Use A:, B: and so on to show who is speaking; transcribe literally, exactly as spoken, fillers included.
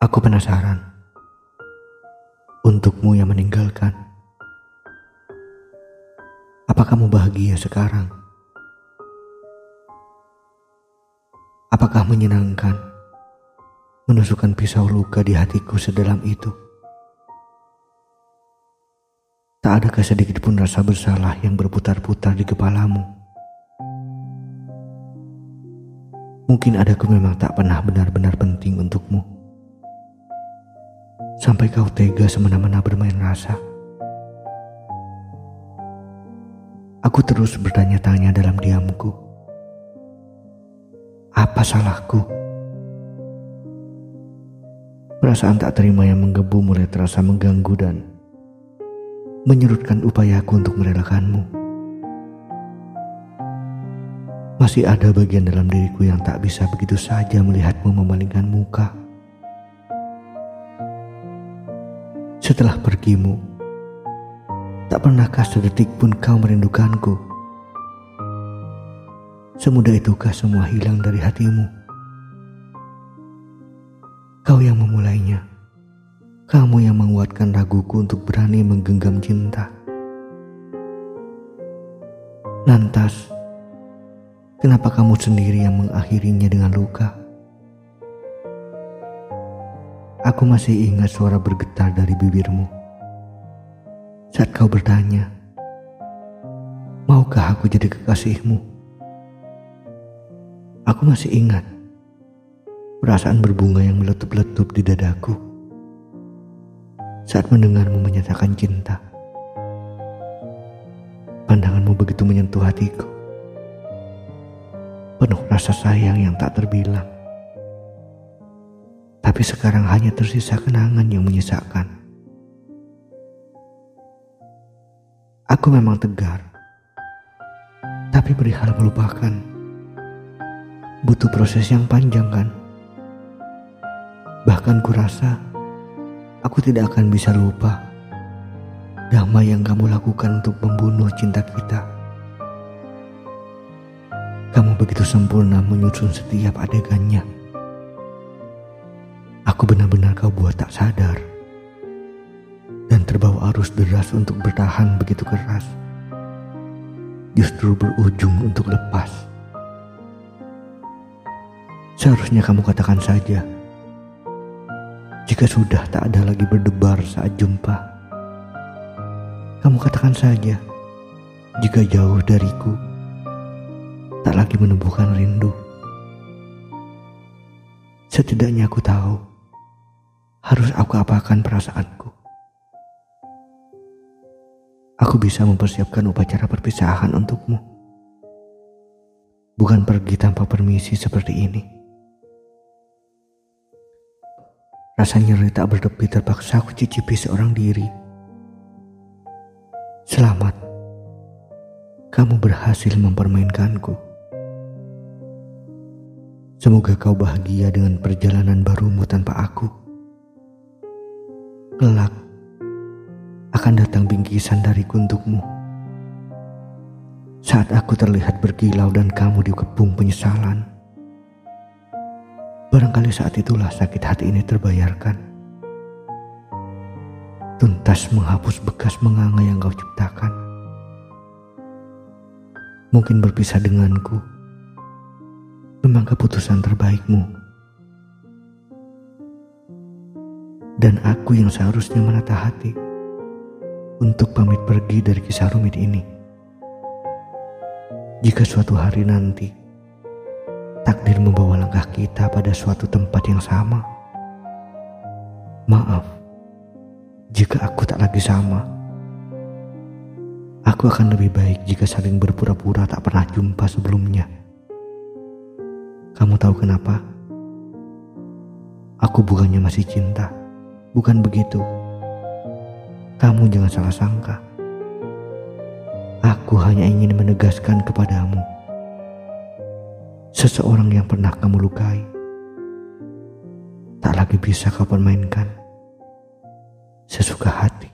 A: Aku penasaran untukmu yang meninggalkan. Apa kamu bahagia sekarang? Apakah menyenangkan menusukkan pisau luka di hatiku sedalam itu? Tak adakah sedikit pun rasa bersalah yang berputar-putar di kepalamu? Mungkin adaku memang tak pernah benar-benar penting untukmu, sampai kau tega semena-mena bermain rasa. Aku terus bertanya-tanya dalam diamku, apa salahku? Perasaan tak terima yang menggebu mulai terasa mengganggu dan menyurutkan upayaku untuk merelakanmu. Masih ada bagian dalam diriku yang tak bisa begitu saja melihatmu memalingkan muka. Setelah pergimu, tak pernahkah sedetik pun kau merindukanku? Semudah itukah semua hilang dari hatimu? Kau yang memulainya, kamu yang menguatkan raguku untuk berani menggenggam cinta. Lantas, kenapa kamu sendiri yang mengakhirinya dengan luka? Aku masih ingat suara bergetar dari bibirmu saat kau bertanya, maukah aku jadi kekasihmu? Aku masih ingat perasaan berbunga yang meletup-letup di dadaku saat mendengarmu menyatakan cinta. Pandanganmu begitu menyentuh hatiku, penuh rasa sayang yang tak terbilang. Tapi sekarang hanya tersisa kenangan yang menyisakan. Aku memang tegar, tapi perihal melupakan butuh proses yang panjang kan? Bahkan kurasa aku tidak akan bisa lupa damai yang kamu lakukan untuk membunuh cinta kita. Kamu begitu sempurna menyusun setiap adegannya. Aku benar-benar kau buat tak sadar dan terbawa arus deras untuk bertahan begitu keras, justru berujung untuk lepas. Seharusnya kamu katakan saja jika sudah tak ada lagi berdebar saat jumpa. Kamu katakan saja jika jauh dariku tak lagi menumbuhkan rindu. Setidaknya aku tahu harus aku apakan perasaanku. Aku bisa mempersiapkan upacara perpisahan untukmu, bukan pergi tanpa permisi seperti ini. Rasa nyeri tak bertepi terpaksa aku cicipi seorang diri. Selamat, kamu berhasil mempermainkanku. Semoga kau bahagia dengan perjalanan barumu tanpa aku. Kelak akan datang bingkisan dariku untukmu. Saat aku terlihat berkilau dan kamu dikepung penyesalan, barangkali saat itulah sakit hati ini terbayarkan, tuntas menghapus bekas menganga yang kau ciptakan. Mungkin berpisah denganku memang keputusan terbaikmu, dan aku yang seharusnya menata hati untuk pamit pergi dari kisah rumit ini. Jika suatu hari nanti takdir membawa langkah kita pada suatu tempat yang sama, maaf jika aku tak lagi sama. Aku akan lebih baik jika saling berpura-pura tak pernah jumpa sebelumnya. Kamu tahu kenapa? Aku bukannya masih cinta, bukan begitu. Kamu jangan salah sangka. Aku hanya ingin menegaskan kepadamu, seseorang yang pernah kamu lukai tak lagi bisa kau permainkan sesuka hati.